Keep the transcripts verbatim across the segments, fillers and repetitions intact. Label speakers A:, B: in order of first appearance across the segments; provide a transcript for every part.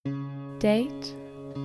A: Date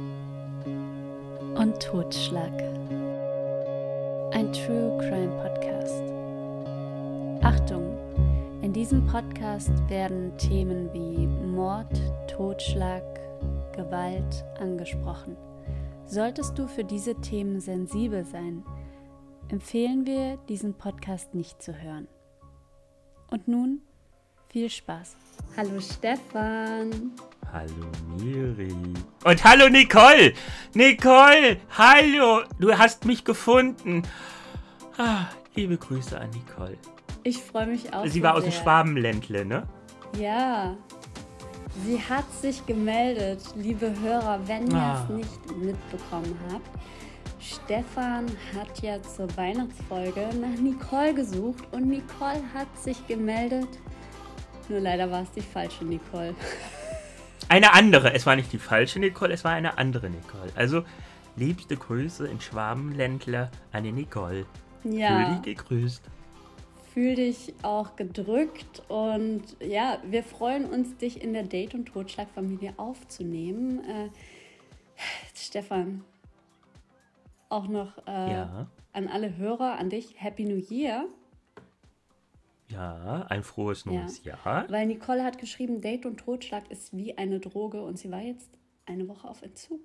A: und Totschlag. Ein True Crime Podcast. Achtung, in diesem Podcast werden Themen wie Mord, Totschlag, Gewalt angesprochen. Solltest du für diese Themen sensibel sein, empfehlen wir, diesen Podcast nicht zu hören. Und nun viel Spaß. Hallo Stefan.
B: Hallo Miri. Und hallo Nicole. Nicole, hallo. Du hast mich gefunden. Ah, liebe Grüße an Nicole.
A: Ich freue mich auch.
B: Sie war aus dem Schwabenländle, ne?
A: Ja. Sie hat sich gemeldet, liebe Hörer, wenn ihr
B: Ah.
A: es nicht mitbekommen habt. Stefan hat ja zur Weihnachtsfolge nach Nicole gesucht und Nicole hat sich gemeldet. Nur leider war es die falsche Nicole.
B: Eine andere. Es war nicht die falsche Nicole, es war eine andere Nicole. Also, liebste Grüße in Schwabenländle an die Nicole.
A: Ja.
B: Fühl dich gegrüßt.
A: Fühl dich auch gedrückt und ja, wir freuen uns, dich in der Date- und Totschlagfamilie aufzunehmen. Äh, Stefan, auch noch äh,
B: Ja.
A: an alle Hörer, an dich, Happy New Year.
B: Ja, ein frohes neues
A: Ja.
B: Jahr.
A: Weil Nicole hat geschrieben, Date und Totschlag ist wie eine Droge und sie war jetzt eine Woche auf Entzug.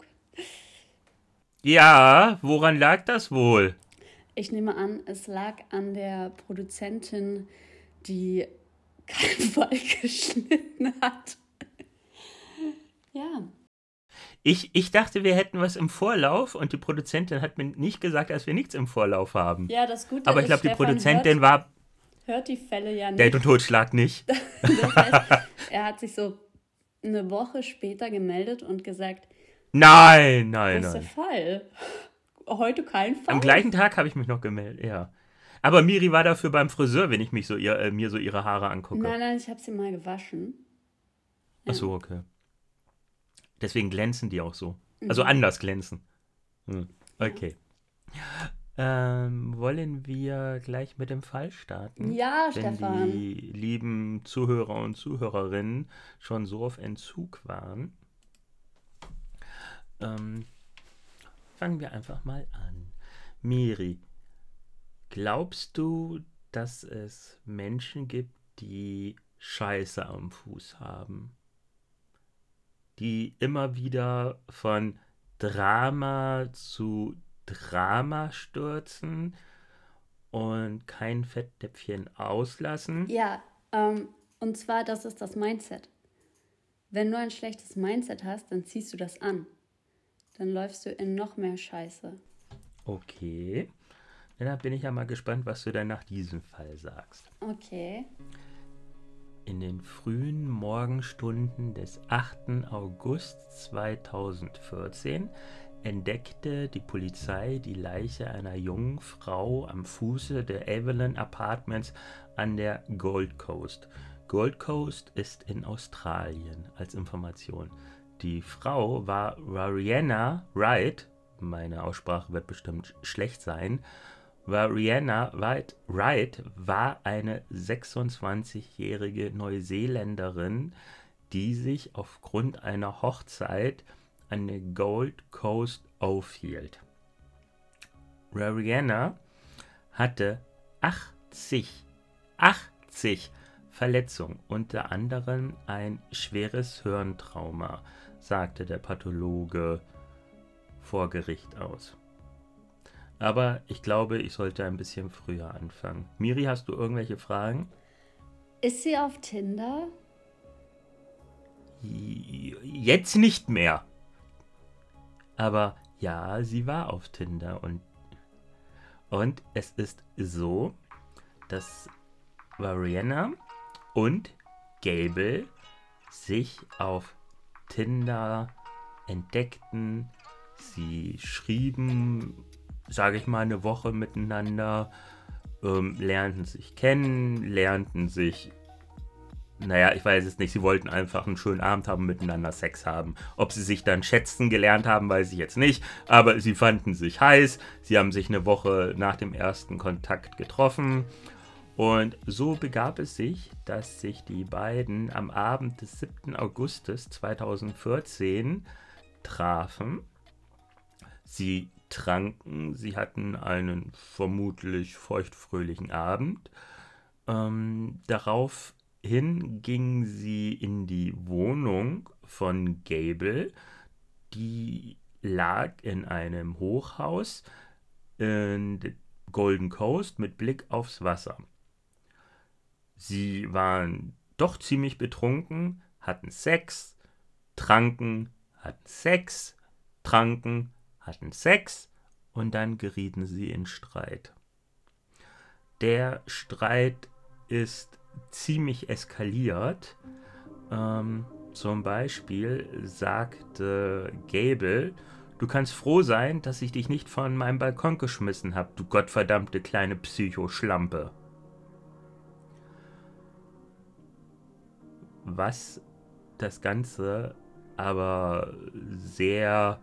B: Ja, woran lag das wohl?
A: Ich nehme an, es lag an der Produzentin, die keinen Fall geschnitten hat. Ja.
B: Ich, ich dachte, wir hätten was im Vorlauf und die Produzentin hat mir nicht gesagt, dass wir nichts im Vorlauf haben.
A: Ja, das Gute
B: Aber ich
A: ist,
B: glaube, die
A: Stefan
B: Produzentin
A: hört,
B: war
A: hört die Fälle ja nicht.
B: Date und Totschlag nicht.
A: Das heißt, er hat sich so eine Woche später gemeldet und gesagt,
B: Nein, nein,
A: was ist der
B: nein.
A: Fall? Heute kein Fall?
B: Am gleichen Tag habe ich mich noch gemeldet, ja. Aber Miri war dafür beim Friseur, wenn ich mich so ihr, äh, mir so ihre Haare angucke.
A: Nein, nein, ich habe sie mal gewaschen.
B: Ach so, okay. Deswegen glänzen die auch so. Also anders glänzen. Hm. Okay. Ähm, wollen wir gleich mit dem Fall starten?
A: Ja,
B: Wenn
A: Stefan.
B: die lieben Zuhörer und Zuhörerinnen schon so auf Entzug waren. Ähm, fangen wir einfach mal an. Miri, glaubst du, dass es Menschen gibt, die Scheiße am Fuß haben? Die immer wieder von Drama zu Drama stürzen und kein Fettnäpfchen auslassen?
A: Ja, ähm, und zwar, das ist das Mindset. Wenn du ein schlechtes Mindset hast, dann ziehst du das an. Dann läufst du in noch mehr Scheiße.
B: Okay. Dann bin ich ja mal gespannt, was du dann nach diesem Fall sagst.
A: Okay.
B: In den frühen Morgenstunden des achten August zweitausendvierzehn entdeckte die Polizei die Leiche einer jungen Frau am Fuße der Evelyn Apartments an der Gold Coast. Gold Coast ist in Australien, als Information. Die Frau war Rihanna Wright, meine Aussprache wird bestimmt schlecht sein, Rihanna Wright, Wright war eine sechsundzwanzigjährige Neuseeländerin, die sich aufgrund einer Hochzeit an der Gold Coast aufhielt. Rihanna hatte achtzig, achtzig Verletzungen, unter anderem ein schweres Hirntrauma, sagte der Pathologe vor Gericht aus. Aber ich glaube, ich sollte ein bisschen früher anfangen. Miri, hast du irgendwelche Fragen?
A: Ist sie auf Tinder?
B: Jetzt nicht mehr. Aber ja, sie war auf Tinder. Und, und es ist so, dass Rihanna und Gable sich auf Tinder entdeckten. Sie schrieben, sage ich mal, eine Woche miteinander, ähm, lernten sich kennen, lernten sich, naja, ich weiß es nicht, sie wollten einfach einen schönen Abend haben, miteinander Sex haben. Ob sie sich dann schätzen gelernt haben, weiß ich jetzt nicht, aber sie fanden sich heiß, sie haben sich eine Woche nach dem ersten Kontakt getroffen Und so begab es sich, dass sich die beiden am Abend des siebten Augustes zweitausendvierzehn trafen. Sie tranken, sie hatten einen vermutlich feuchtfröhlichen Abend. Ähm, daraufhin gingen sie in die Wohnung von Gable. Die lag in einem Hochhaus in Golden Coast mit Blick aufs Wasser. Sie waren doch ziemlich betrunken, hatten Sex, tranken, hatten Sex, tranken, hatten Sex und dann gerieten sie in Streit. Der Streit ist ziemlich eskaliert. Ähm, zum Beispiel sagte Gable: Du kannst froh sein, dass ich dich nicht von meinem Balkon geschmissen habe, du gottverdammte kleine Psychoschlampe. Was das Ganze aber sehr,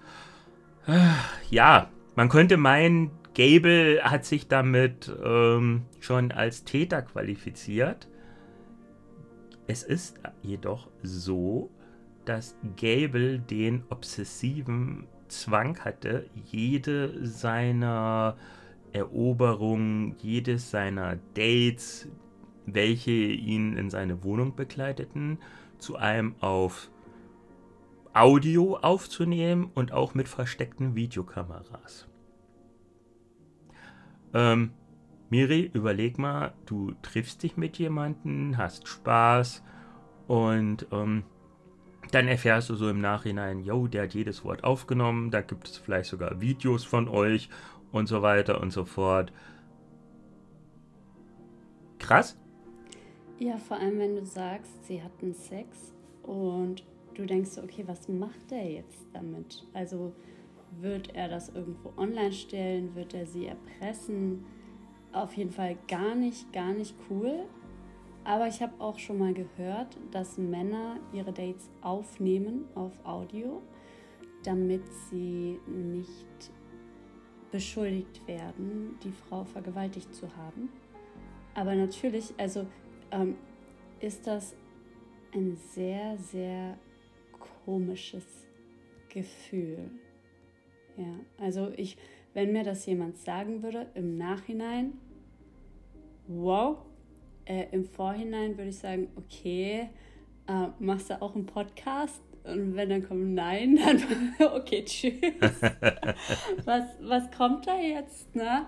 B: ja, man könnte meinen, Gable hat sich damit ähm, schon als Täter qualifiziert. Es ist jedoch so, dass Gable den obsessiven Zwang hatte, jede seiner Eroberungen, jedes seiner Dates, welche ihn in seine Wohnung begleiteten, zu einem auf Audio aufzunehmen und auch mit versteckten Videokameras. Ähm, Miri, überleg mal, du triffst dich mit jemandem, hast Spaß und ähm, dann erfährst du so im Nachhinein, yo, der hat jedes Wort aufgenommen, da gibt es vielleicht sogar Videos von euch und so weiter und so fort. Krass.
A: Ja, vor allem, wenn du sagst, sie hatten Sex und du denkst so, okay, was macht der jetzt damit? Also wird er das irgendwo online stellen? Wird er sie erpressen? Auf jeden Fall gar nicht, gar nicht cool. Aber ich habe auch schon mal gehört, dass Männer ihre Dates aufnehmen auf Audio, damit sie nicht beschuldigt werden, die Frau vergewaltigt zu haben. Aber natürlich, also ähm, ist das ein sehr, sehr komisches Gefühl. Ja, also ich, wenn mir das jemand sagen würde, im Nachhinein, wow, äh, im Vorhinein würde ich sagen, okay, äh, machst du auch einen Podcast? Und wenn dann kommt nein, dann okay, tschüss. was, was kommt da jetzt, ne?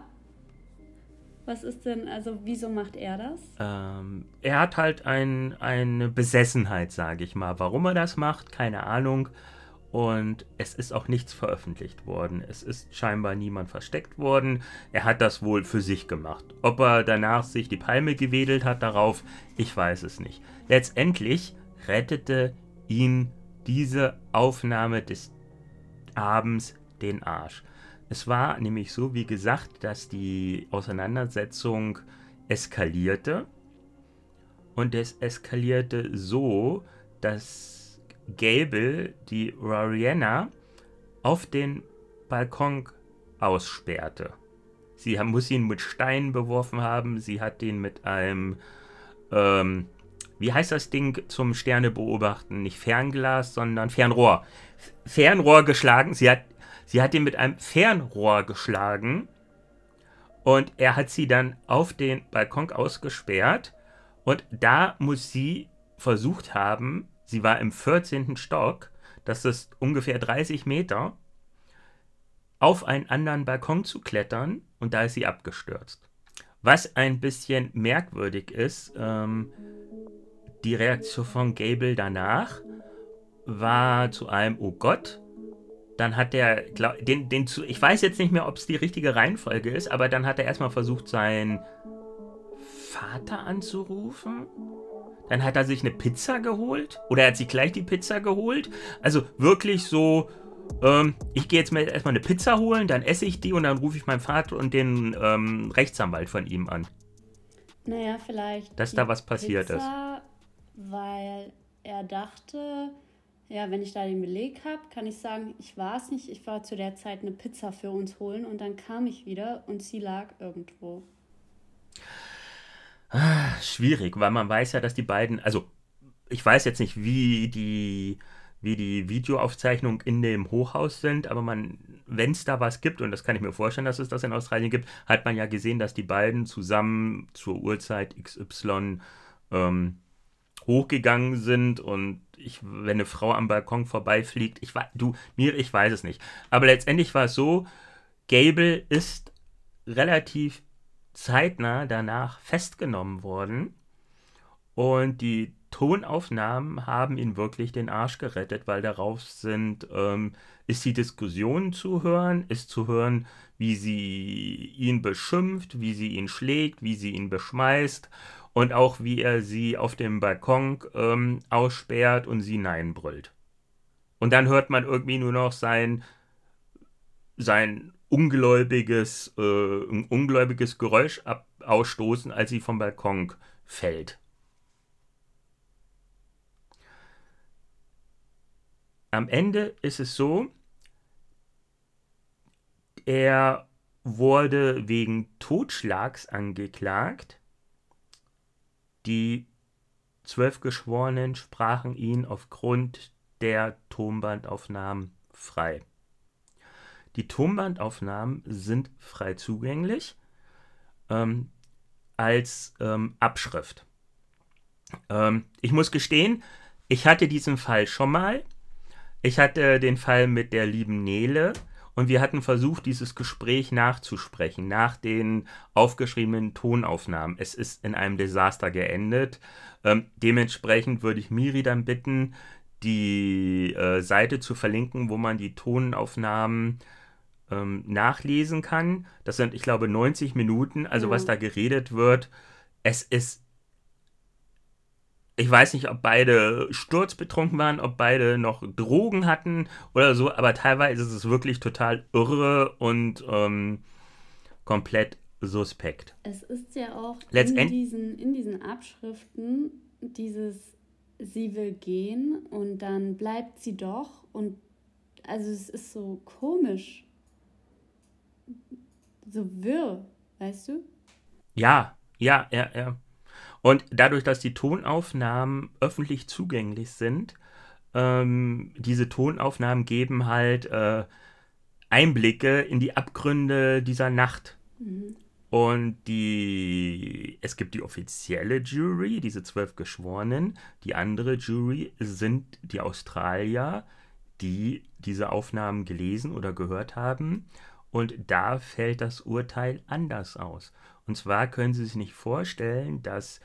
A: Was ist denn, also wieso macht er das?
B: Ähm, er hat halt ein, eine Besessenheit, sage ich mal. Warum er das macht, keine Ahnung. Und es ist auch nichts veröffentlicht worden. Es ist scheinbar niemand versteckt worden. Er hat das wohl für sich gemacht. Ob er danach sich die Palme gewedelt hat darauf, ich weiß es nicht. Letztendlich rettete ihn diese Aufnahme des Abends den Arsch. Es war nämlich so, wie gesagt, dass die Auseinandersetzung eskalierte. Und es eskalierte so, dass Gable die Rorianna auf den Balkon aussperrte. Sie muss ihn mit Steinen beworfen haben. Sie hat ihn mit einem, ähm, wie heißt das Ding zum Sterne beobachten? Nicht Fernglas, sondern Fernrohr. Fernrohr geschlagen. Sie hat, sie hat ihn mit einem Fernrohr geschlagen. Und er hat sie dann auf den Balkon ausgesperrt. Und da muss sie versucht haben, sie war im vierzehnten Stock, das ist ungefähr dreißig Meter, auf einen anderen Balkon zu klettern, und da ist sie abgestürzt. Was ein bisschen merkwürdig ist, ähm, die Reaktion von Gable danach war zu einem Oh Gott. Dann hat er, glaub, den, den zu, ich weiß jetzt nicht mehr, ob es die richtige Reihenfolge ist, aber dann hat er erstmal versucht, seinen Vater anzurufen. Dann hat er sich eine Pizza geholt. Oder er hat sich gleich die Pizza geholt. Also wirklich so, ähm, ich gehe jetzt mal erstmal eine Pizza holen, dann esse ich die und dann rufe ich meinen Vater und den ähm, Rechtsanwalt von ihm an.
A: Naja, vielleicht
B: dass da was passiert
A: Pizza, ist. Weil er dachte, ja, wenn ich da den Beleg habe, kann ich sagen, ich war es nicht. Ich war zu der Zeit eine Pizza für uns holen und dann kam ich wieder und sie lag irgendwo.
B: Schwierig, weil man weiß ja, dass die beiden, also ich weiß jetzt nicht, wie die, wie die Videoaufzeichnungen in dem Hochhaus sind, aber man, wenn es da was gibt, und das kann ich mir vorstellen, dass es das in Australien gibt, hat man ja gesehen, dass die beiden zusammen zur Uhrzeit X Y ähm, hochgegangen sind und ich, wenn eine Frau am Balkon vorbeifliegt, ich weiß, du, mir, ich weiß es nicht. Aber letztendlich war es so, Gable ist relativ zeitnah danach festgenommen worden und die Tonaufnahmen haben ihn wirklich den Arsch gerettet, weil darauf sind, ähm, ist die Diskussion zu hören, ist zu hören, wie sie ihn beschimpft, wie sie ihn schlägt, wie sie ihn beschmeißt und auch wie er sie auf dem Balkon ähm, aussperrt und sie Nein brüllt. Und dann hört man irgendwie nur noch sein, sein ungläubiges, äh, ein ungläubiges Geräusch ab, ausstoßen, als sie vom Balkon fällt. Am Ende ist es so, er wurde wegen Totschlags angeklagt. Die zwölf Geschworenen sprachen ihn aufgrund der Tonbandaufnahmen frei. Die Tonbandaufnahmen sind frei zugänglich ähm, als ähm, Abschrift. Ähm, ich muss gestehen, ich hatte diesen Fall schon mal. Ich hatte den Fall mit der lieben Nele und wir hatten versucht, dieses Gespräch nachzusprechen, nach den aufgeschriebenen Tonaufnahmen. Es ist in einem Desaster geendet. Ähm, dementsprechend würde ich Miri dann bitten, die äh, Seite zu verlinken, wo man die Tonaufnahmen ähm, nachlesen kann. Das sind, ich glaube, neunzig Minuten, also
A: Ja.
B: was da geredet wird. Es ist Ich weiß nicht, ob beide sturzbetrunken waren, ob beide noch Drogen hatten oder so, aber teilweise ist es wirklich total irre und ähm, komplett suspekt.
A: Es ist ja auch in
B: Letztendlich,
A: diesen, in diesen Abschriften dieses, sie will gehen und dann bleibt sie doch und also es ist so komisch, so wirr, weißt du?
B: ja, ja, ja, ja. Und dadurch, dass die Tonaufnahmen öffentlich zugänglich sind, ähm, diese Tonaufnahmen geben halt äh, Einblicke in die Abgründe dieser Nacht.
A: Mhm.
B: Und die, es gibt die offizielle Jury, diese zwölf Geschworenen. Die andere Jury sind die Australier, die diese Aufnahmen gelesen oder gehört haben. Und da fällt das Urteil anders aus. Und zwar können Sie sich nicht vorstellen, dass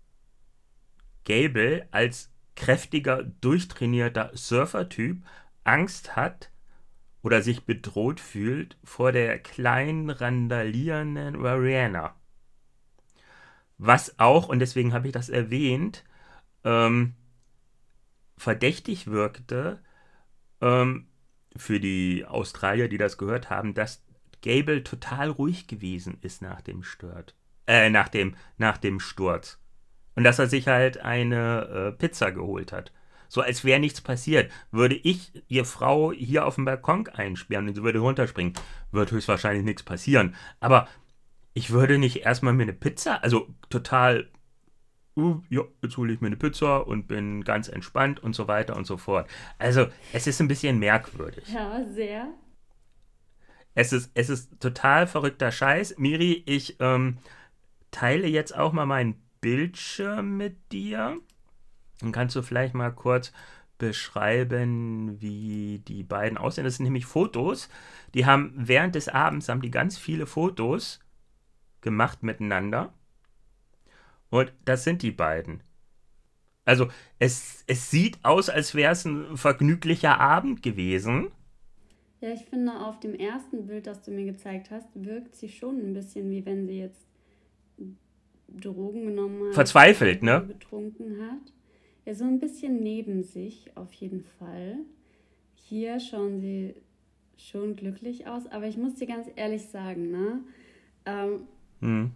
B: Gable als kräftiger, durchtrainierter Surfertyp Angst hat oder sich bedroht fühlt vor der kleinen, randalierenden Rihanna. Was auch, und deswegen habe ich das erwähnt, ähm, verdächtig wirkte ähm, für die Australier, die das gehört haben, dass Gable total ruhig gewesen ist nach dem Stört, äh, nach dem, nach dem Sturz. Und dass er sich halt eine äh, Pizza geholt hat. So als wäre nichts passiert. Würde ich ihr Frau hier auf dem Balkon einsperren und sie würde runterspringen, wird höchstwahrscheinlich nichts passieren. Aber ich würde nicht erstmal mir eine Pizza, also total, uh, ja, jetzt hole ich mir eine Pizza und bin ganz entspannt und so weiter und so fort. Also, es ist ein bisschen merkwürdig.
A: Ja, sehr.
B: Es ist, es ist total verrückter Scheiß. Miri, ich ähm, teile jetzt auch mal meinen Bildschirm mit dir. Dann kannst du vielleicht mal kurz beschreiben, wie die beiden aussehen. Das sind nämlich Fotos. Die haben während des Abends haben die ganz viele Fotos gemacht miteinander. Und das sind die beiden. Also es, es sieht aus, als wäre es ein vergnüglicher Abend gewesen.
A: Ja, ich finde, auf dem ersten Bild, das du mir gezeigt hast, wirkt sie schon ein bisschen wie wenn sie jetzt Drogen genommen hat,
B: Verzweifelt,
A: oder
B: ne?
A: betrunken hat. Ja, so ein bisschen neben sich, auf jeden Fall. Hier schauen sie schon glücklich aus, aber ich muss dir ganz ehrlich sagen, ne? Ähm,
B: Hm.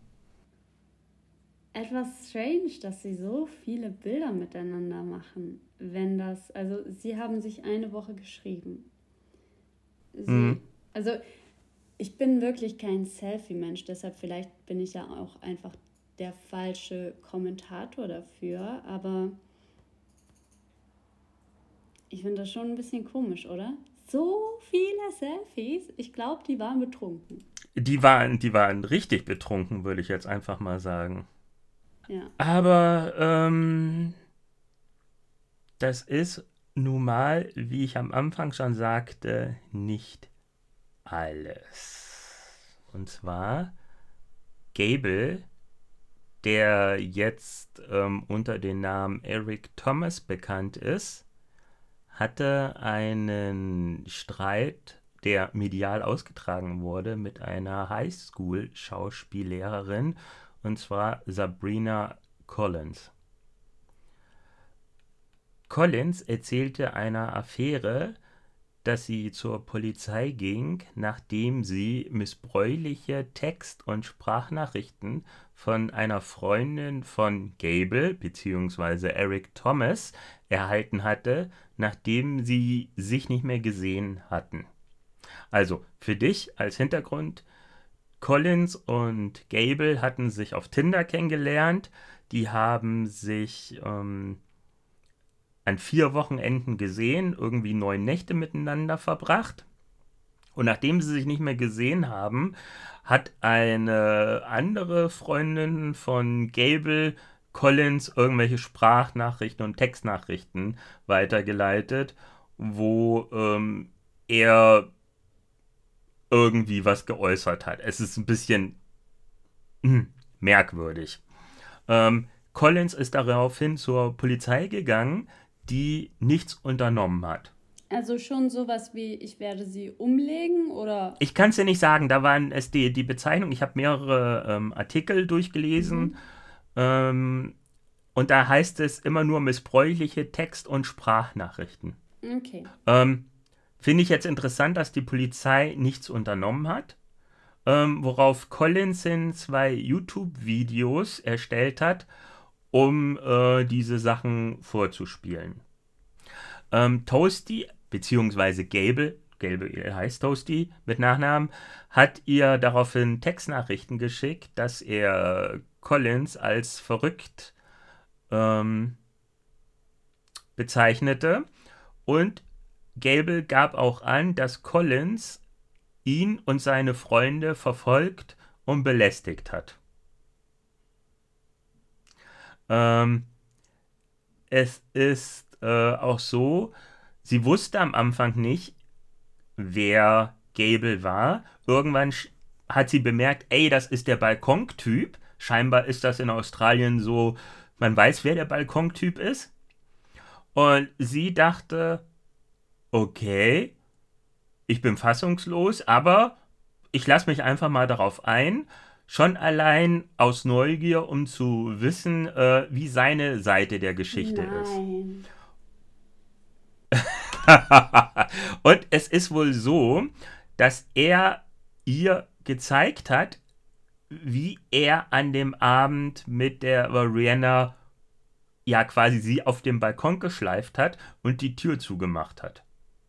A: etwas strange, dass sie so viele Bilder miteinander machen, wenn das, also sie haben sich eine Woche geschrieben. Sie,
B: Hm.
A: also ich bin wirklich kein Selfie-Mensch, deshalb vielleicht bin ich ja auch einfach der falsche Kommentator dafür, aber ich finde das schon ein bisschen komisch, oder? So viele Selfies, ich glaube, die waren betrunken.
B: Die waren, die waren richtig betrunken, würde ich jetzt einfach mal sagen.
A: Ja.
B: Aber ähm, das ist nun mal, wie ich am Anfang schon sagte, nicht alles. Und zwar Gable, der jetzt ähm, unter dem Namen Eric Thomas bekannt ist, hatte einen Streit, der medial ausgetragen wurde, mit einer Highschool-Schauspiellehrerin, und zwar Sabrina Collins. Collins erzählte einer Affäre, dass sie zur Polizei ging, nachdem sie missbräuchliche Text- und Sprachnachrichten von einer Freundin von Gable bzw. Eric Thomas erhalten hatte, nachdem sie sich nicht mehr gesehen hatten. Also für dich als Hintergrund: Collins und Gable hatten sich auf Tinder kennengelernt. Die haben sich ähm, an vier Wochenenden gesehen, irgendwie neun Nächte miteinander verbracht. Und nachdem sie sich nicht mehr gesehen haben, hat eine andere Freundin von Gable Collins irgendwelche Sprachnachrichten und Textnachrichten weitergeleitet, wo ähm, er irgendwie was geäußert hat. Es ist ein bisschen hm, merkwürdig. Ähm, Collins ist daraufhin zur Polizei gegangen, die nichts unternommen hat.
A: Also schon sowas wie, ich werde sie umlegen, oder?
B: Ich kann es dir nicht sagen, da waren es die, die Bezeichnung, ich habe mehrere ähm, Artikel durchgelesen, mhm. ähm, und da heißt es immer nur missbräuchliche Text- und Sprachnachrichten.
A: Okay.
B: Ähm, Finde ich jetzt interessant, dass die Polizei nichts unternommen hat, ähm, worauf Collins in zwei YouTube-Videos erstellt hat, um äh, diese Sachen vorzuspielen. Ähm, Toasty, beziehungsweise Gable, Gable heißt Toasty mit Nachnamen, hat ihr daraufhin Textnachrichten geschickt, dass er Collins als verrückt ähm, bezeichnete, und Gable gab auch an, dass Collins ihn und seine Freunde verfolgt und belästigt hat. Ähm, es ist äh, auch so, sie wusste am Anfang nicht, wer Gable war. Irgendwann hat sie bemerkt, ey, das ist der Balkontyp. Scheinbar ist das in Australien so, man weiß, wer der Balkontyp ist. Und sie dachte, okay, ich bin fassungslos, aber ich lasse mich einfach mal darauf ein. Schon allein aus Neugier, um zu wissen, äh, wie seine Seite der Geschichte
A: Nein.
B: ist. Und es ist wohl so, dass er ihr gezeigt hat, wie er an dem Abend mit der Rihanna ja quasi sie auf dem Balkon geschleift hat und die Tür zugemacht hat.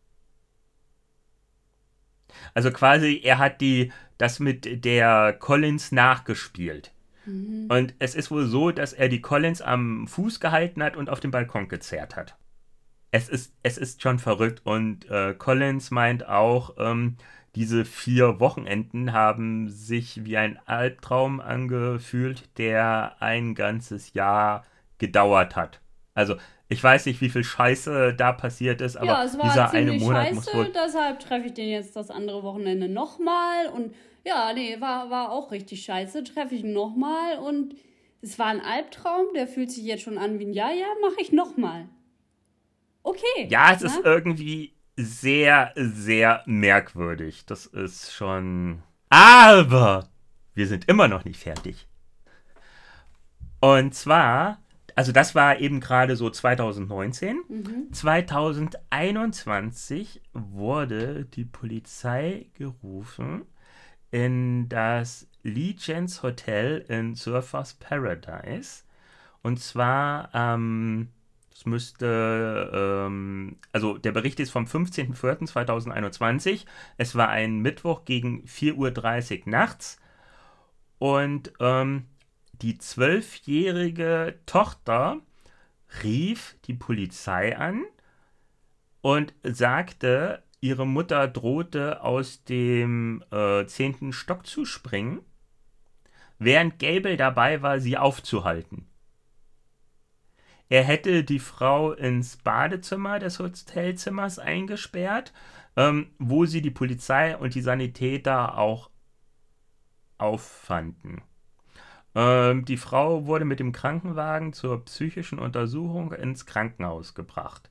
B: Also quasi, er hat die das mit der Collins nachgespielt. Mhm. Und es ist wohl so, dass er die Collins am Fuß gehalten hat und auf den Balkon gezerrt hat. Es ist, es ist schon verrückt, und äh, Collins meint auch, ähm, diese vier Wochenenden haben sich wie ein Albtraum angefühlt, der ein ganzes Jahr gedauert hat. Also ich weiß nicht, wie viel Scheiße da passiert ist, aber
A: ja, es war
B: dieser
A: ziemlich
B: eine Monat
A: scheiße,
B: muss wohl...
A: Deshalb treffe ich den jetzt das andere Wochenende nochmal. Und ja, nee, war, war auch richtig scheiße. Treffe ich ihn nochmal und es war ein Albtraum. Der fühlt sich jetzt schon an wie ein Ja, ja, mache ich nochmal. Okay.
B: Ja, es
A: na?
B: ist irgendwie sehr, sehr merkwürdig. Das ist schon... Aber wir sind immer noch nicht fertig. Und zwar... Also das war eben gerade so zwanzig neunzehn. Mhm. zwanzig einundzwanzig wurde die Polizei gerufen in das Legends Hotel in Surfers Paradise. Und zwar, ähm, das müsste, ähm, also der Bericht ist vom fünfzehnten vierten zweitausendeinundzwanzig. Es war ein Mittwoch gegen vier Uhr dreißig nachts. Und, ähm, die zwölfjährige Tochter rief die Polizei an und sagte, ihre Mutter drohte aus dem äh, zehnten Stock zu springen, während Gable dabei war, sie aufzuhalten. Er hätte die Frau ins Badezimmer des Hotelzimmers eingesperrt, ähm, wo sie die Polizei und die Sanitäter auch auffanden. Ähm, die Frau wurde mit dem Krankenwagen zur psychischen Untersuchung ins Krankenhaus gebracht.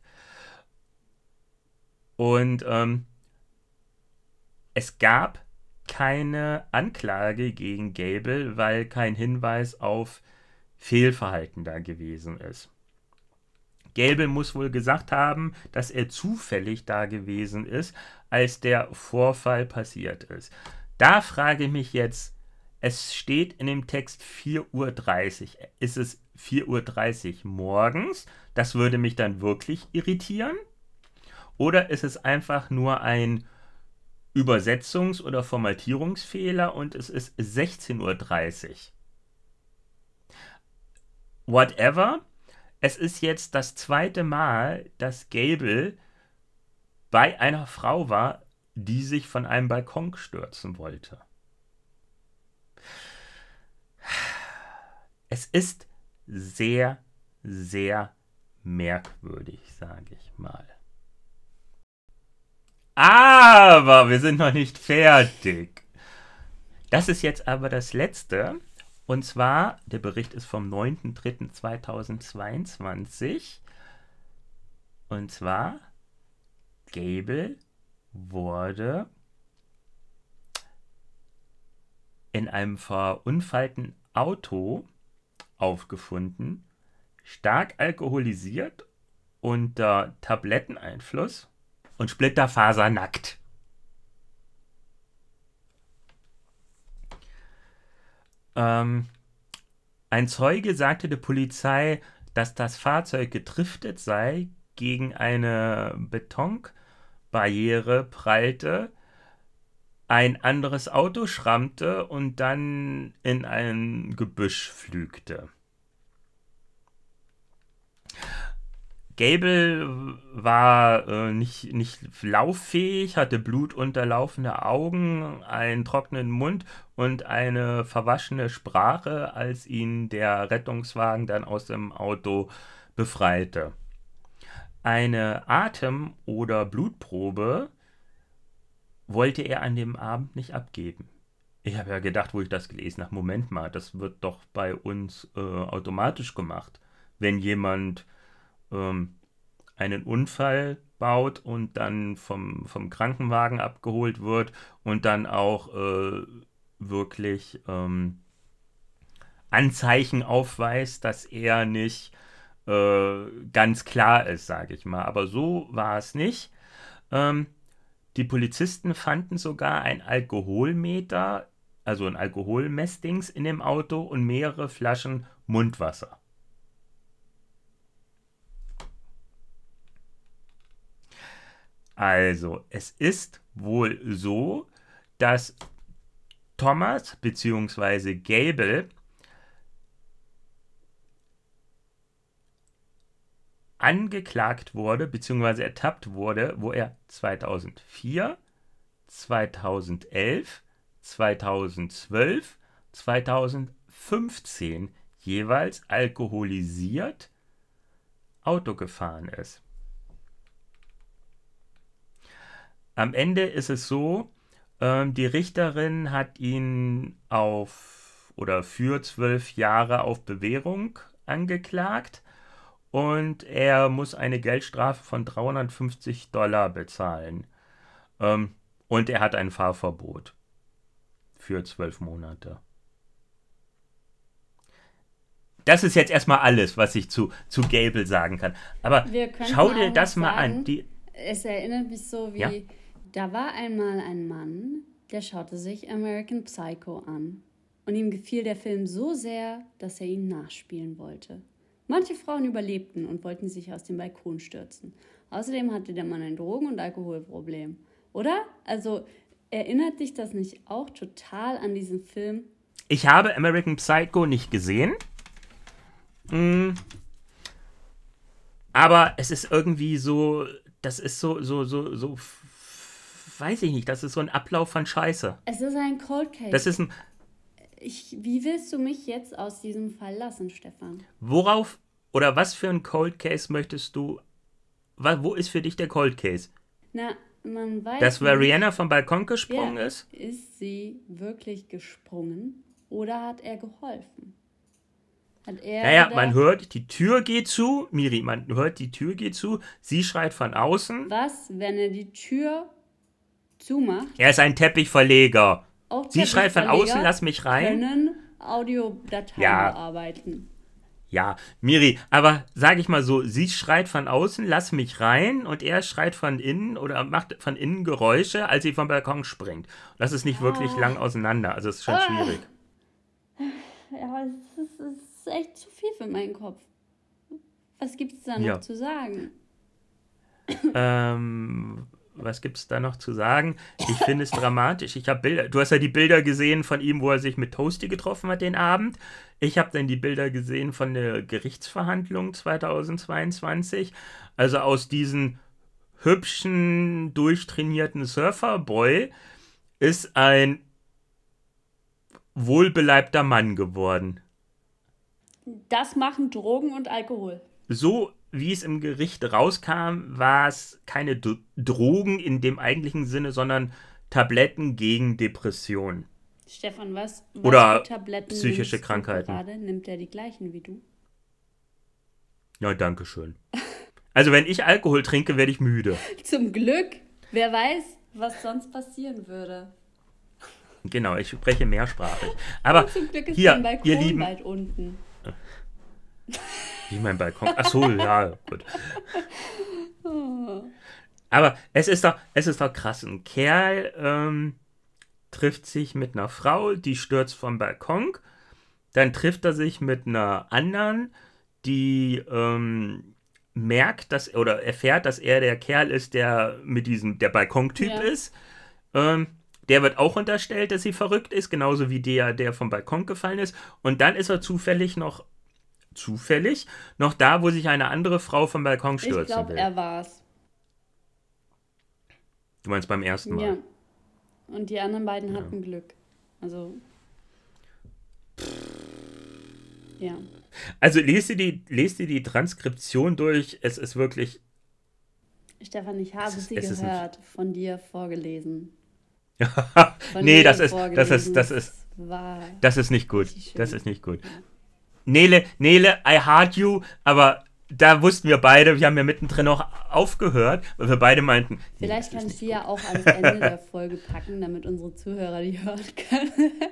B: Und ähm, es gab keine Anklage gegen Gable, weil kein Hinweis auf Fehlverhalten da gewesen ist. Gable muss wohl gesagt haben, dass er zufällig da gewesen ist, als der Vorfall passiert ist. Da frage ich mich jetzt, es steht in dem Text vier Uhr dreißig. Ist es vier Uhr dreißig morgens? Das würde mich dann wirklich irritieren. Oder ist es einfach nur ein Übersetzungs- oder Formatierungsfehler und es ist sechzehn Uhr dreißig? Whatever. Es ist jetzt das zweite Mal, dass Gable bei einer Frau war, die sich von einem Balkon stürzen wollte. Es ist sehr, sehr merkwürdig, sage ich mal. Aber wir sind noch nicht fertig. Das ist jetzt aber das Letzte. Und zwar, der Bericht ist vom neunten dritten zweitausendzweiundzwanzig. Und zwar, Gable wurde in einem verunfallten Auto aufgefunden, stark alkoholisiert, unter Tabletteneinfluss und splitterfasernackt. Ähm, ein Zeuge sagte der Polizei, dass das Fahrzeug gedriftet sei, gegen eine Betonbarriere prallte, ein anderes Auto schrammte und dann in ein Gebüsch flügte. Gable war äh, nicht, nicht lauffähig, hatte blutunterlaufene Augen, einen trockenen Mund und eine verwaschene Sprache, als ihn der Rettungswagen dann aus dem Auto befreite. Eine Atem- oder Blutprobe wollte er an dem Abend nicht abgeben. Ich habe ja gedacht, wo ich das gelesen habe, Moment mal, das wird doch bei uns äh, automatisch gemacht. Wenn jemand ähm, einen Unfall baut und dann vom, vom Krankenwagen abgeholt wird und dann auch äh, wirklich ähm, Anzeichen aufweist, dass er nicht äh, ganz klar ist, sage ich mal. Aber so war es nicht. Ähm, die Polizisten fanden sogar ein Alkoholmeter, also ein Alkoholmessdings in dem Auto und mehrere Flaschen Mundwasser. Also, es ist wohl so, dass Thomas bzw. Gable angeklagt wurde bzw. ertappt wurde, wo er zweitausendvier, zweitausendelf, zweitausendzwölf, zweitausendfünfzehn jeweils alkoholisiert Auto gefahren ist. Am Ende ist es so, ähm, die Richterin hat ihn auf oder für zwölf Jahre auf Bewährung angeklagt und er muss eine Geldstrafe von dreihundertfünfzig Dollar bezahlen. Ähm, und er hat ein Fahrverbot für zwölf Monate. Das ist jetzt erstmal alles, was ich zu, zu Gable sagen kann. Aber schau dir das mal
A: sagen,
B: an. Die,
A: es erinnert mich so wie,
B: ja?
A: Da war einmal ein Mann, der schaute sich American Psycho an. Und ihm gefiel der Film so sehr, dass er ihn nachspielen wollte. Manche Frauen überlebten und wollten sich aus dem Balkon stürzen. Außerdem hatte der Mann ein Drogen- und Alkoholproblem. Oder? Also erinnert dich das nicht auch total an diesen Film?
B: ich habe American Psycho nicht gesehen. Mm. Aber es ist irgendwie so, das ist so, so, so, so, weiß ich nicht, das ist so ein Ablauf von Scheiße.
A: Es ist ein Cold Case.
B: Das ist ein...
A: Ich, wie willst du mich jetzt aus diesem Fall lassen, Stefan?
B: Worauf oder was für ein Cold Case möchtest du, wo ist für dich der Cold Case?
A: Na, man weiß
B: Dass
A: nicht,
B: Rihanna vom Balkon gesprungen
A: ja,
B: ist?
A: Ist sie wirklich gesprungen oder hat er geholfen? Hat er
B: Naja,
A: gedacht,
B: man hört, die Tür geht zu. Miri, man hört, die Tür geht zu. Sie schreit von außen.
A: Was, wenn er die Tür zumacht?
B: Er ist ein Teppichverleger.
A: Auch
B: Sie schreit von außen, lass mich rein.
A: Können Audiodateien
B: Ja.
A: bearbeiten.
B: Ja, Miri, aber sag ich mal so, sie schreit von außen, lass mich rein, und er schreit von innen oder macht von innen Geräusche, als sie vom Balkon springt. Das ist nicht wirklich
A: Ah.
B: lang auseinander, also es ist schon
A: Ah.
B: schwierig.
A: Ja, es ist, es ist echt zu viel für meinen Kopf. Was gibt's da noch
B: Ja.
A: zu sagen?
B: Ähm, was gibt's da noch zu sagen? Ich finde es dramatisch. Ich habe Bilder, du hast ja die Bilder gesehen von ihm, wo er sich mit Toasty getroffen hat den Abend. Ich habe dann die Bilder gesehen von der Gerichtsverhandlung zweitausendzweiundzwanzig. Also aus diesem hübschen, durchtrainierten Surferboy ist ein wohlbeleibter Mann geworden.
A: Das machen Drogen und Alkohol.
B: So wie es im Gericht rauskam, war es keine D- Drogen in dem eigentlichen Sinne, sondern Tabletten gegen Depressionen.
A: Stefan, was, was
B: Oder
A: für Tabletten
B: psychische
A: nimmst du
B: Krankheiten.
A: gerade? Nimmt er die gleichen wie du?
B: Ja, danke schön. Also wenn ich Alkohol trinke, werde ich müde.
A: Zum Glück. Wer weiß, was sonst passieren würde.
B: Genau, ich spreche mehrsprachig. Aber
A: Und zum Glück ist
B: hier,
A: dein Balkon
B: ihr Lieben,
A: weit unten.
B: wie mein Balkon. Ach so, ja, gut. Aber es ist doch, es ist doch krass. Ein Kerl ähm, trifft sich mit einer Frau, die stürzt vom Balkon. Dann trifft er sich mit einer anderen, die ähm, merkt, dass oder erfährt, dass er der Kerl ist, der mit diesem der Balkontyp
A: Ja.
B: ist. Ähm, der wird auch unterstellt, dass sie verrückt ist, genauso wie der, der vom Balkon gefallen ist. Und dann ist er zufällig noch zufällig noch da, wo sich eine andere Frau vom Balkon stürzen
A: Ich glaube,
B: will.
A: er war's.
B: Du meinst beim ersten Mal?
A: Ja. Und die anderen beiden hatten Glück. Also. Ja.
B: Also lest dir die, lest dir die Transkription durch. Es ist wirklich.
A: Stefan, ich habe
B: Es ist-
A: sie
B: es ist ein-
A: gehört, von dir vorgelesen. Von
B: nee,
A: dir
B: das ist, das
A: vorgelesen.
B: ist, das ist,
A: War
B: das ist nicht gut.
A: richtig schön.
B: Das ist nicht gut.
A: Ja.
B: Nele, Nele, I heart you, aber da wussten wir beide, wir haben ja mittendrin noch aufgehört, weil wir beide meinten, nee,
A: Vielleicht
B: das
A: kann
B: ist
A: ich
B: nicht
A: sie ja auch ans Ende der Folge packen, damit unsere Zuhörer die hören können.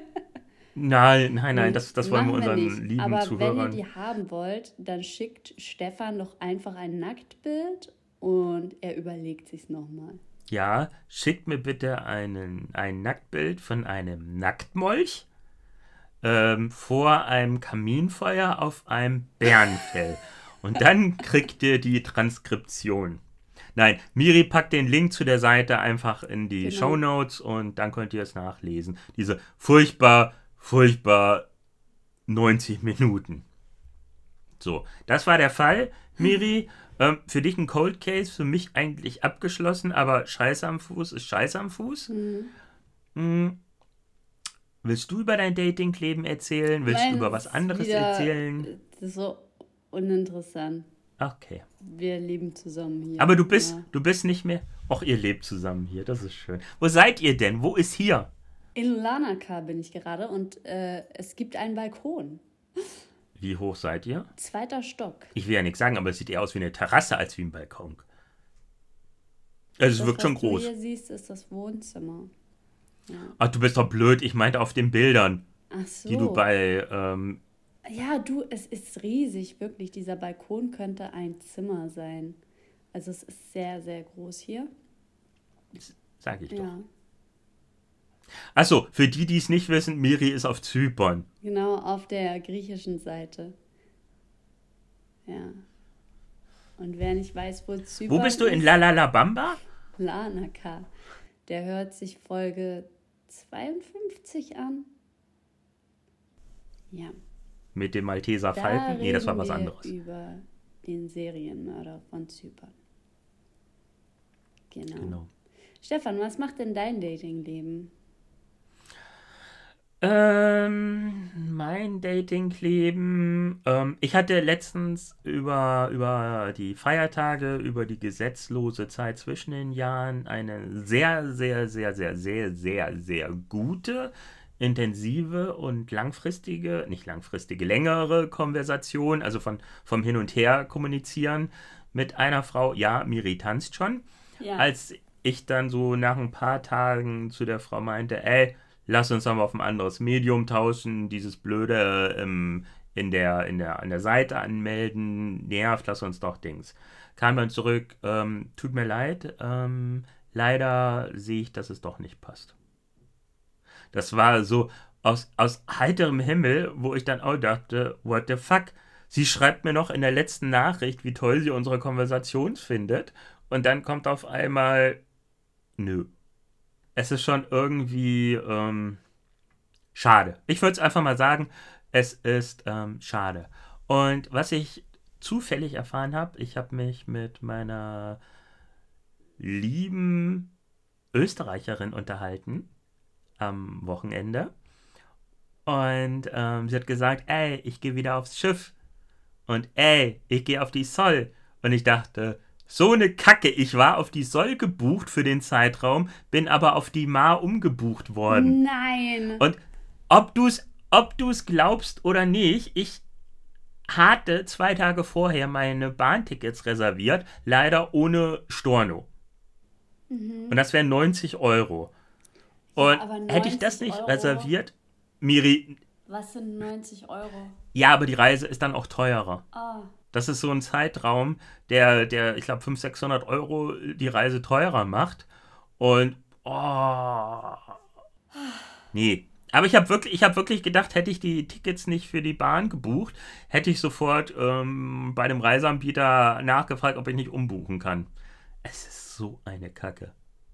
B: Nein, nein, nein, das, das wollen wir
A: Machen
B: unseren
A: nicht.
B: lieben
A: Aber
B: Zuhörern.
A: wenn ihr die haben wollt, dann schickt Stefan doch einfach ein Nacktbild und er überlegt sich's nochmal.
B: Ja, schickt mir bitte einen, ein Nacktbild von einem Nacktmolch ähm, vor einem Kaminfeuer auf einem Bärenfell. Und dann kriegt ihr die Transkription. Nein, Miri packt den Link zu der Seite einfach in die
A: Genau.
B: Shownotes und dann könnt ihr es nachlesen. Diese furchtbar, furchtbar neunzig Minuten. So, das war der Fall, Miri. Ähm, für dich ein Cold Case, für mich eigentlich abgeschlossen, aber Scheiße am Fuß ist Scheiße am Fuß.
A: Mhm.
B: Hm. Willst du über dein Datingleben erzählen? Willst du
A: Meins
B: über was anderes
A: wieder-
B: erzählen?
A: Das ist so uninteressant.
B: Okay.
A: Wir leben zusammen hier.
B: Aber du bist,
A: Ja.
B: du bist nicht mehr. Och, ihr lebt zusammen hier, das ist schön. Wo seid ihr denn? Wo ist hier?
A: In Larnaca bin ich gerade und äh, es gibt einen Balkon.
B: Wie hoch seid ihr?
A: Zweiter Stock.
B: Ich will ja nichts sagen, aber es sieht eher aus wie eine Terrasse als wie ein Balkon. Also es
A: Das,
B: wirkt schon
A: was
B: groß.
A: du hier siehst, ist das Wohnzimmer.
B: Ach, du bist doch blöd. Ich meinte auf den Bildern,
A: Ach so.
B: die du bei. Ähm,
A: Ja, du, es ist riesig, wirklich. Dieser Balkon könnte ein Zimmer sein. Also es ist sehr, sehr groß hier.
B: sag ich doch.
A: Ja,
B: Achso, für die, die es nicht wissen, Miri ist auf Zypern.
A: genau auf der griechischen Seite. Ja. Und wer nicht weiß, wo Zypern
B: Wo bist du? In
A: ist,
B: Lalalabamba?
A: Larnaca. Der hört sich Folge zweiundfünfzig an. Ja.
B: Mit dem Malteser
A: Da
B: Falken? Nee, das war
A: reden
B: was
A: wir
B: anderes.
A: über den Serienmörder von Zypern. Genau.
B: Genau.
A: Stefan, was macht denn dein Datingleben?
B: Ähm, mein Datingleben. Ähm, ich hatte letztens über, über die Feiertage, über die gesetzlose Zeit zwischen den Jahren eine sehr, sehr, sehr, sehr, sehr, sehr, sehr gute, intensive und langfristige, nicht langfristige, längere Konversation, also von, vom Hin und Her kommunizieren mit einer Frau. Ja, Miri tanzt schon.
A: Ja.
B: Als ich dann so nach ein paar Tagen zu der Frau meinte, ey, lass uns aber auf ein anderes Medium tauschen, dieses blöde ähm, in der, in der, an der Seite anmelden, nervt, lass uns doch Dings. Kam dann zurück, ähm, tut mir leid, ähm, leider sehe ich, dass es doch nicht passt. Das war so aus, aus heiterem Himmel, wo ich dann auch dachte, what the fuck? Sie schreibt mir noch in der letzten Nachricht, wie toll sie unsere Konversation findet. Und dann kommt auf einmal, nö. Es ist schon irgendwie ähm, schade. Ich würde es einfach mal sagen, es ist ähm, schade. Und was ich zufällig erfahren habe, ich habe mich mit meiner lieben Österreicherin unterhalten am Wochenende. Und ähm, sie hat gesagt, ey, ich gehe wieder aufs Schiff. Und ey, ich gehe auf die Sol. Und ich dachte, so eine Kacke. Ich war auf die Sol gebucht für den Zeitraum, bin aber auf die Mar umgebucht worden.
A: Nein.
B: Und ob du es ob du's glaubst oder nicht, ich hatte zwei Tage vorher meine Bahntickets reserviert, leider ohne Storno.
A: Mhm.
B: Und das wären neunzig Euro.
A: Ja,
B: Und
A: aber
B: hätte ich das nicht
A: neunzig Euro?
B: reserviert, Miri,
A: Was sind neunzig Euro?
B: ja, aber die Reise ist dann auch teurer.
A: Ah.
B: Das ist so ein Zeitraum, der, der ich glaube, fünfhundert, sechshundert Euro die Reise teurer macht. Und, oh, nee. Aber ich habe wirklich, ich hab wirklich gedacht, hätte ich die Tickets nicht für die Bahn gebucht, hätte ich sofort ähm, bei dem Reiseanbieter nachgefragt, ob ich nicht umbuchen kann. Es ist so eine Kacke.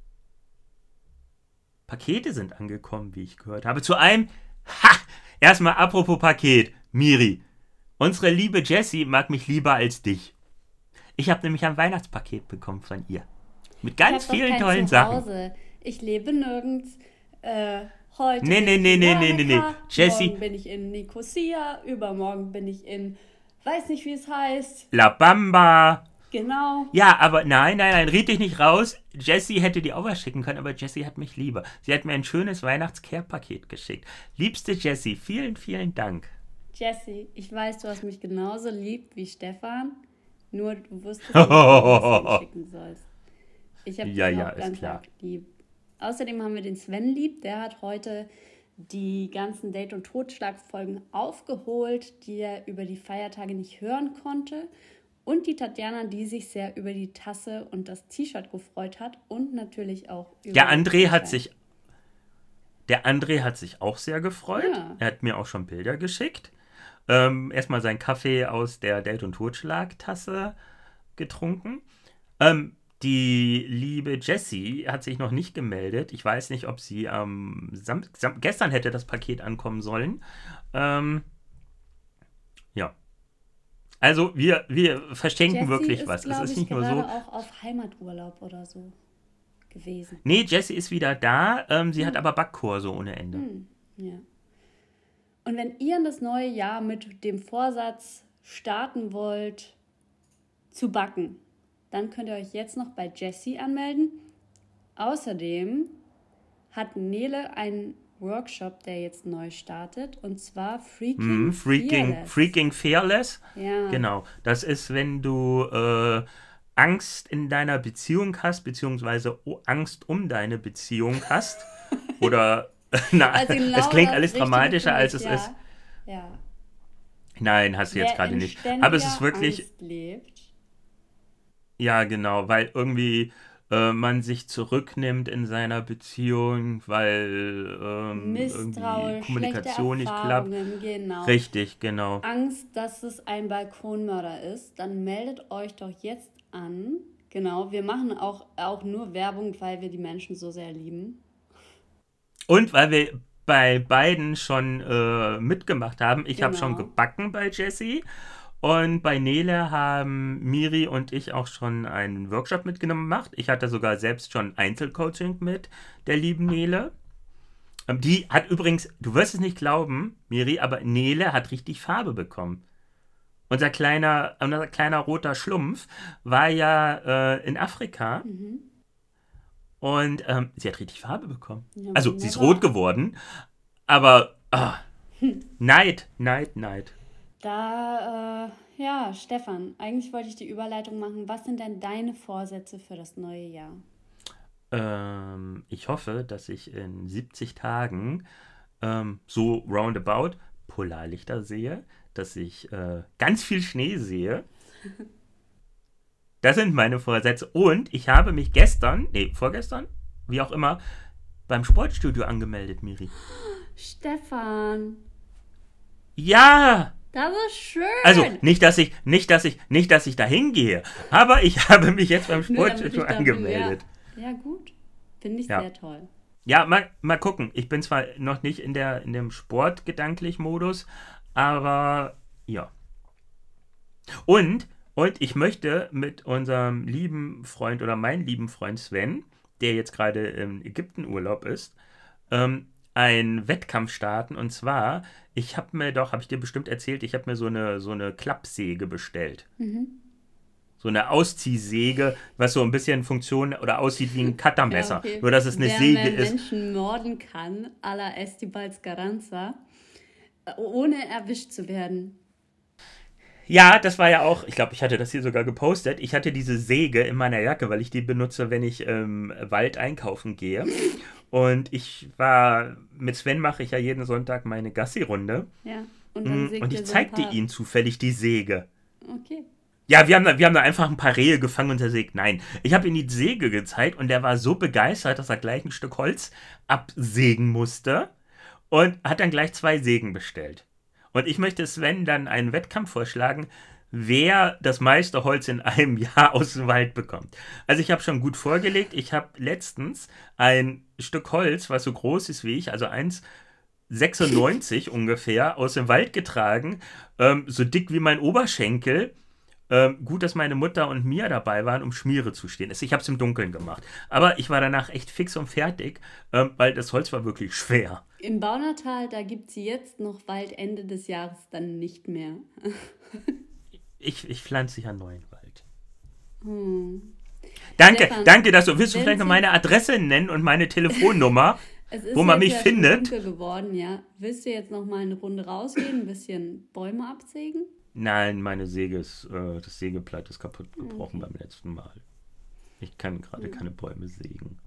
B: Pakete sind angekommen, wie ich gehört habe. Zu einem, ha! Erstmal apropos Paket, Miri. Unsere liebe Jessie mag mich lieber als dich. Ich habe nämlich ein Weihnachtspaket bekommen von ihr. Mit ganz
A: ich hab
B: vielen
A: doch kein
B: tollen Sachen.
A: Zuhause. Ich lebe nirgends. Äh, heute
B: Nee,
A: bin
B: nee,
A: ich
B: nee,
A: in
B: nee, nee, nee, nee.
A: Larnaca,
B: Jessie,
A: morgen bin ich in Nicosia, übermorgen bin ich in, weiß nicht, wie es heißt.
B: La Bamba.
A: Genau.
B: Ja, aber nein, nein, nein, red dich nicht raus. Jessie hätte die auch was schicken können, aber Jessie hat mich lieber. Sie hat mir ein schönes Weihnachts-Care-Paket geschickt. Liebste Jessie, vielen, vielen Dank.
A: Jessie, ich weiß, du hast mich genauso lieb wie Stefan, nur du wusstest nicht, was du ihm schicken sollst. Ich habe
B: Ja,
A: dich
B: ja,
A: auch
B: ist
A: ganz
B: klar.
A: arg lieb. Außerdem haben wir den Sven lieb, der hat heute die ganzen Date- und Totschlag-Folgen aufgeholt, die er über die Feiertage nicht hören konnte. Und die Tatjana, die sich sehr über die Tasse und das T-Shirt gefreut hat und natürlich auch über
B: Der
A: den
B: André hat
A: Gutschein.
B: sich, der André hat sich auch sehr gefreut.
A: Ja.
B: Er hat mir auch schon Bilder geschickt. Ähm, erstmal seinen Kaffee aus der Date- und Totschlag-Tasse getrunken. Ähm, die liebe Jessie hat sich noch nicht gemeldet. Ich weiß nicht, ob sie am Sam Sam gestern hätte das Paket ankommen sollen. Ähm, ja. Also wir, wir verschenken
A: Jessie
B: wirklich
A: ist,
B: was. Es
A: glaube
B: ist
A: ich,
B: nicht nur
A: gerade
B: so.
A: auch auf Heimaturlaub oder so gewesen.
B: Nee, Jessie ist wieder da. Ähm, sie hat aber Backkurse ohne Ende.
A: Hm, ja. Und wenn ihr in das neue Jahr mit dem Vorsatz starten wollt, zu backen, dann könnt ihr euch jetzt noch bei Jessie anmelden. Außerdem hat Nele einen Workshop, der jetzt neu startet, und zwar Freaking
B: Hm, freaking,
A: Fearless.
B: freaking Fearless.
A: Ja.
B: Genau. Das ist, wenn du äh, Angst in deiner Beziehung hast, beziehungsweise o- Angst um deine Beziehung hast. Oder, na,
A: Also genau
B: es klingt
A: das
B: alles
A: Richtige
B: dramatischer,
A: für
B: als
A: mich,
B: es
A: ja.
B: ist.
A: Ja.
B: Nein, hast du jetzt
A: Wer
B: gerade
A: in
B: nicht. Aber es ist
A: ständiger
B: wirklich,
A: Angst lebt.
B: ja, genau, weil irgendwie äh, man sich zurücknimmt in seiner Beziehung, weil ähm, irgendwie
A: Misstrauen,
B: Kommunikation
A: schlechte
B: nicht klappt.
A: Erfahrungen, genau.
B: Richtig, genau.
A: Angst, dass es ein Balkonmörder ist, dann meldet euch doch jetzt an. Genau, wir machen auch, auch nur Werbung, weil wir die Menschen so sehr lieben.
B: Und weil wir bei beiden schon äh, mitgemacht haben. Ich habe
A: Genau.
B: schon gebacken bei Jessie. Und bei Nele haben Miri und ich auch schon einen Workshop mitgenommen gemacht. Ich hatte sogar selbst schon Einzelcoaching mit der lieben Nele. Ähm, Die hat übrigens, du wirst es nicht glauben, Miri, aber Nele hat richtig Farbe bekommen. Unser kleiner, unser kleiner roter Schlumpf war ja äh, in Afrika
A: Mhm.
B: und ähm, sie hat richtig Farbe bekommen.
A: Ja,
B: Also, sie ist
A: wunderbar.
B: rot geworden, aber ah, Neid, Neid, Neid.
A: Da, äh, ja, Stefan, eigentlich wollte ich die Überleitung machen. Was sind denn deine Vorsätze für das neue Jahr?
B: Ähm, ich hoffe, dass ich in siebzig Tagen ähm, so roundabout Polarlichter sehe, dass ich äh, ganz viel Schnee sehe. Das sind meine Vorsätze. Und ich habe mich gestern, nee, vorgestern, wie auch immer, beim Sportstudio angemeldet, Miri.
A: Stefan,
B: Ja!
A: das ist schön.
B: Also, nicht, dass ich, nicht, dass ich, nicht, dass ich da hingehe, aber ich habe mich jetzt beim
A: Nur damit
B: Sportstudio
A: ich da bin,
B: angemeldet.
A: Ja, ja gut. Finde ich
B: Ja.
A: sehr toll.
B: Ja, mal, mal gucken. Ich bin zwar noch nicht in, der, in dem sportgedanklich Modus, aber ja. Und, und ich möchte mit unserem lieben Freund oder meinem lieben Freund Sven, der jetzt gerade im Ägyptenurlaub ist, ähm, einen Wettkampf starten. Und zwar, ich habe mir doch, habe ich dir bestimmt erzählt, ich habe mir so eine, so eine Klappsäge bestellt.
A: Mhm.
B: So eine Ausziehsäge, was so ein bisschen Funktion oder aussieht wie ein Cuttermesser.
A: Ja, okay.
B: Nur, dass es eine
A: Wer
B: Säge
A: mehr
B: ist.
A: Menschen morden kann, à la Estibal Carranza, äh, ohne erwischt zu werden.
B: Ja, das war ja auch, ich glaube, ich hatte das hier sogar gepostet. Ich hatte diese Säge in meiner Jacke, weil ich die benutze, wenn ich im Wald einkaufen gehe. Und ich war, mit Sven mache ich ja jeden Sonntag meine Gassi-Runde.
A: Ja. Und dann
B: Mm,
A: sägt
B: Und
A: ihr
B: ich
A: so ein
B: zeigte
A: paar.
B: ihm zufällig die Säge.
A: Okay.
B: Ja, wir haben, da, wir haben da einfach ein paar Rehe gefangen und zersägt. Nein, ich habe ihm die Säge gezeigt und der war so begeistert, dass er gleich ein Stück Holz absägen musste und hat dann gleich zwei Sägen bestellt. Und ich möchte Sven dann einen Wettkampf vorschlagen, wer das meiste Holz in einem Jahr aus dem Wald bekommt. Also ich habe schon gut vorgelegt. Ich habe letztens ein Stück Holz, was so groß ist wie ich, also eins Komma sechsundneunzig ungefähr, aus dem Wald getragen, ähm, so dick wie mein Oberschenkel. Ähm, gut, dass meine Mutter und Mia dabei waren, um Schmiere zu stehen. Ich habe es im Dunkeln gemacht. Aber ich war danach echt fix und fertig, ähm, weil das Holz war wirklich schwer.
A: Im Baunatal, da gibt es jetzt noch Wald Ende des Jahres dann nicht mehr.
B: Ich, ich pflanze ja neuen Wald.
A: Hm.
B: Danke,
A: Stefan,
B: danke, dass du. Willst du
A: wenn
B: vielleicht noch
A: Sie-
B: meine Adresse nennen und meine Telefonnummer,
A: Es ist
B: wo man
A: jetzt
B: mich
A: ja schon
B: findet?
A: dunkel geworden, ja. Willst du jetzt noch mal eine Runde rausgehen, ein bisschen Bäume absägen?
B: Nein, meine Säge ist, äh, das Sägeblatt ist kaputt gebrochen
A: Okay.
B: beim letzten Mal. Ich kann gerade
A: Hm.
B: keine Bäume sägen.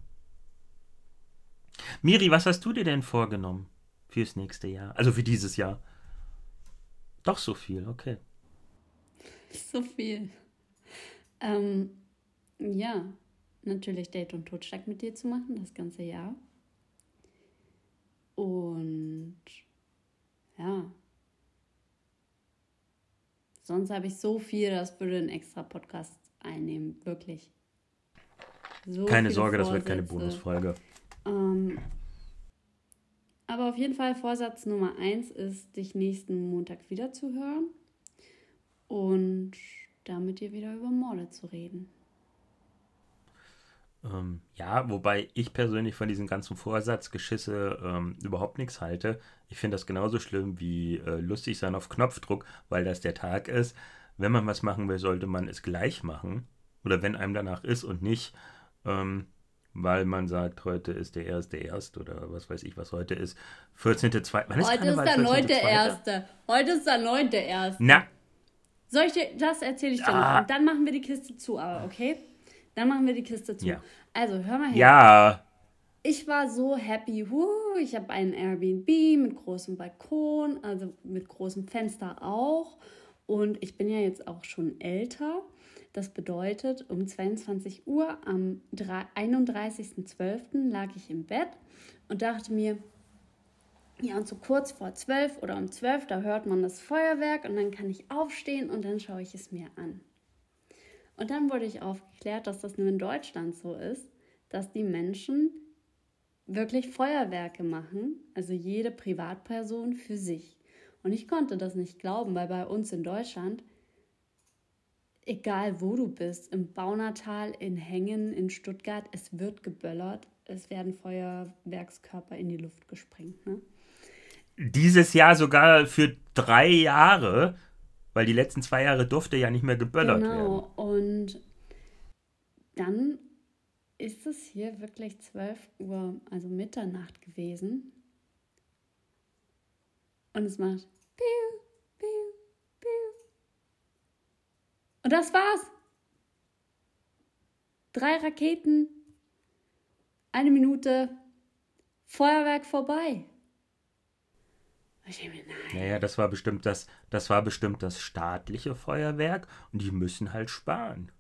B: Miri, was hast du dir denn vorgenommen fürs nächste Jahr? Also für dieses Jahr? Doch so viel, okay.
A: So viel. Ähm, ja, natürlich Date und Totschlag mit dir zu machen, das ganze Jahr. Und ja, sonst habe ich so viel, das würde einen extra Podcast einnehmen, wirklich. So
B: Keine
A: viele
B: Sorge, das wird keine
A: Vorsätze.
B: Bonusfolge.
A: Ähm, aber auf jeden Fall Vorsatz Nummer eins ist, dich nächsten Montag wieder zu hören und da mit dir wieder über Morde zu reden.
B: Ähm, ja, wobei ich persönlich von diesem ganzen Vorsatzgeschisse ähm, überhaupt nichts halte. Ich finde das genauso schlimm wie äh, lustig sein auf Knopfdruck, weil das der Tag ist. Wenn man was machen will, sollte man es gleich machen. Oder wenn einem danach ist und nicht, ähm, weil man sagt, heute ist der erste erste oder was weiß ich, was heute ist. vierzehnter zweiter Wann ist
A: Heute ist
B: Karneval?
A: der neunte
B: vierzehnter zweiter?
A: Erste. Heute ist der neunte Erste.
B: Na,
A: Soll ich dir, das erzähle ich dir
B: Ah.
A: noch. Und dann machen wir die Kiste zu, aber okay? Dann machen wir die Kiste zu.
B: Ja.
A: Also, hör mal her.
B: ja,
A: Ich war so happy. Huh, ich habe einen Airbnb mit großem Balkon, also mit großem Fenster auch. Und ich bin ja jetzt auch schon älter. Das bedeutet, um zweiundzwanzig Uhr am einunddreißigsten zwölften lag ich im Bett und dachte mir, ja, und so kurz vor zwölf oder um zwölf, da hört man das Feuerwerk und dann kann ich aufstehen und dann schaue ich es mir an. Und dann wurde ich aufgeklärt, dass das nur in Deutschland so ist, dass die Menschen wirklich Feuerwerke machen, also jede Privatperson für sich. Und ich konnte das nicht glauben, weil bei uns in Deutschland, egal wo du bist, im Baunatal, in Hengen, in Stuttgart, es wird geböllert, es werden Feuerwerkskörper in die Luft gesprengt. Ne?
B: Dieses Jahr sogar für drei Jahre, weil die letzten zwei Jahre durfte ja nicht mehr geböllert
A: genau.
B: werden.
A: Genau, und dann ist es hier wirklich zwölf Uhr, also Mitternacht gewesen. Und es macht piu, piu, piu. Und das war's. Drei Raketen, eine Minute, Feuerwerk vorbei. Ich denke mir, nein.
B: Naja, das war bestimmt das, das war bestimmt das staatliche Feuerwerk und die müssen halt sparen.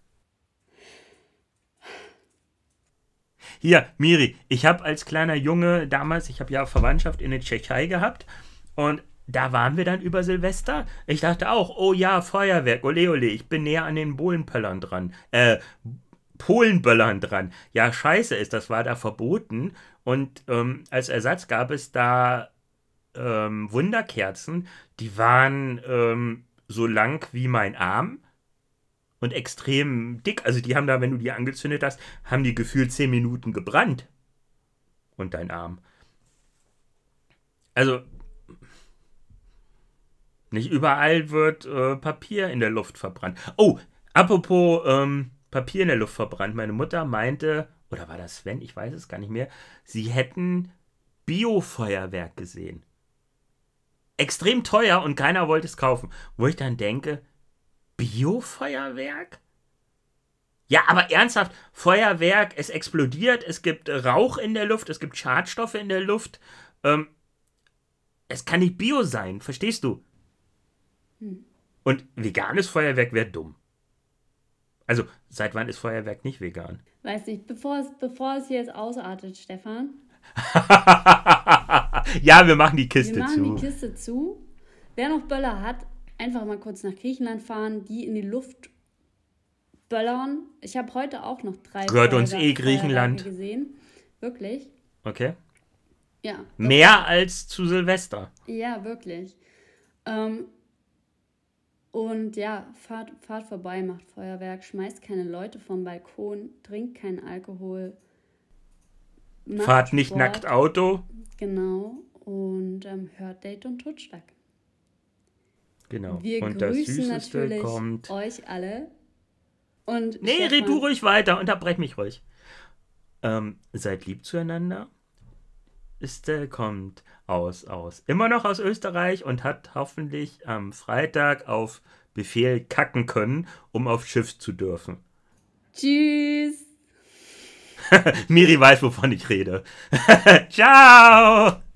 B: Hier, Miri, ich habe als kleiner Junge damals, ich habe ja Verwandtschaft in der Tschechei gehabt und da waren wir dann über Silvester. Ich dachte auch, oh ja, Feuerwerk, ole ole, ich bin näher an den Polenböllern dran. Äh, Polenböllern dran. Ja, scheiße ist, das war da verboten und ähm, als Ersatz gab es da ähm, Wunderkerzen, die waren ähm, so lang wie mein Arm. Und extrem dick. Also die haben da, wenn du die angezündet hast, haben die gefühlt zehn Minuten gebrannt. Und dein Arm. Also, nicht überall wird äh, Papier in der Luft verbrannt. Oh, apropos ähm, Papier in der Luft verbrannt. Meine Mutter meinte, oder war das Sven? Ich weiß es gar nicht mehr. Sie hätten Bio-Feuerwerk gesehen. Extrem teuer und keiner wollte es kaufen. Wo ich dann denke, Bio-Feuerwerk? Ja, aber ernsthaft, Feuerwerk, es explodiert, es gibt Rauch in der Luft, es gibt Schadstoffe in der Luft. Ähm, es kann nicht Bio sein, verstehst du? Hm. Und veganes Feuerwerk wäre dumm. Also, seit wann ist Feuerwerk nicht vegan?
A: Weiß nicht, bevor es, bevor es hier jetzt ausartet, Stefan.
B: Ja, wir machen die Kiste zu.
A: Wir machen
B: zu.
A: die Kiste zu. Wer noch Böller hat, einfach mal kurz nach Griechenland fahren, die in die Luft böllern. Ich habe heute auch noch drei
B: Gehört uns
A: Feuerwerk-
B: eh Griechenland
A: Feuerwerke gesehen. Wirklich.
B: Okay.
A: Ja.
B: Mehr als zu Silvester.
A: Ja, wirklich. Ähm, und ja, fahrt, fahrt vorbei, macht Feuerwerk, schmeißt keine Leute vom Balkon, trinkt keinen Alkohol.
B: Fahrt nicht
A: Sport.
B: nackt Auto.
A: Genau. Und ähm, hört Date und Totschlag.
B: Genau.
A: Wir
B: und das
A: grüßen
B: Süßeste
A: natürlich
B: kommt.
A: euch alle. Und
B: Nee,
A: Stefan,
B: red du ruhig weiter, unterbrech mich ruhig. Ähm, seid lieb zueinander. Ist, kommt aus, aus, immer noch aus Österreich und hat hoffentlich am Freitag auf Befehl kacken können, um auf Schiff zu dürfen.
A: Tschüss.
B: Miri weiß, wovon ich rede. Ciao!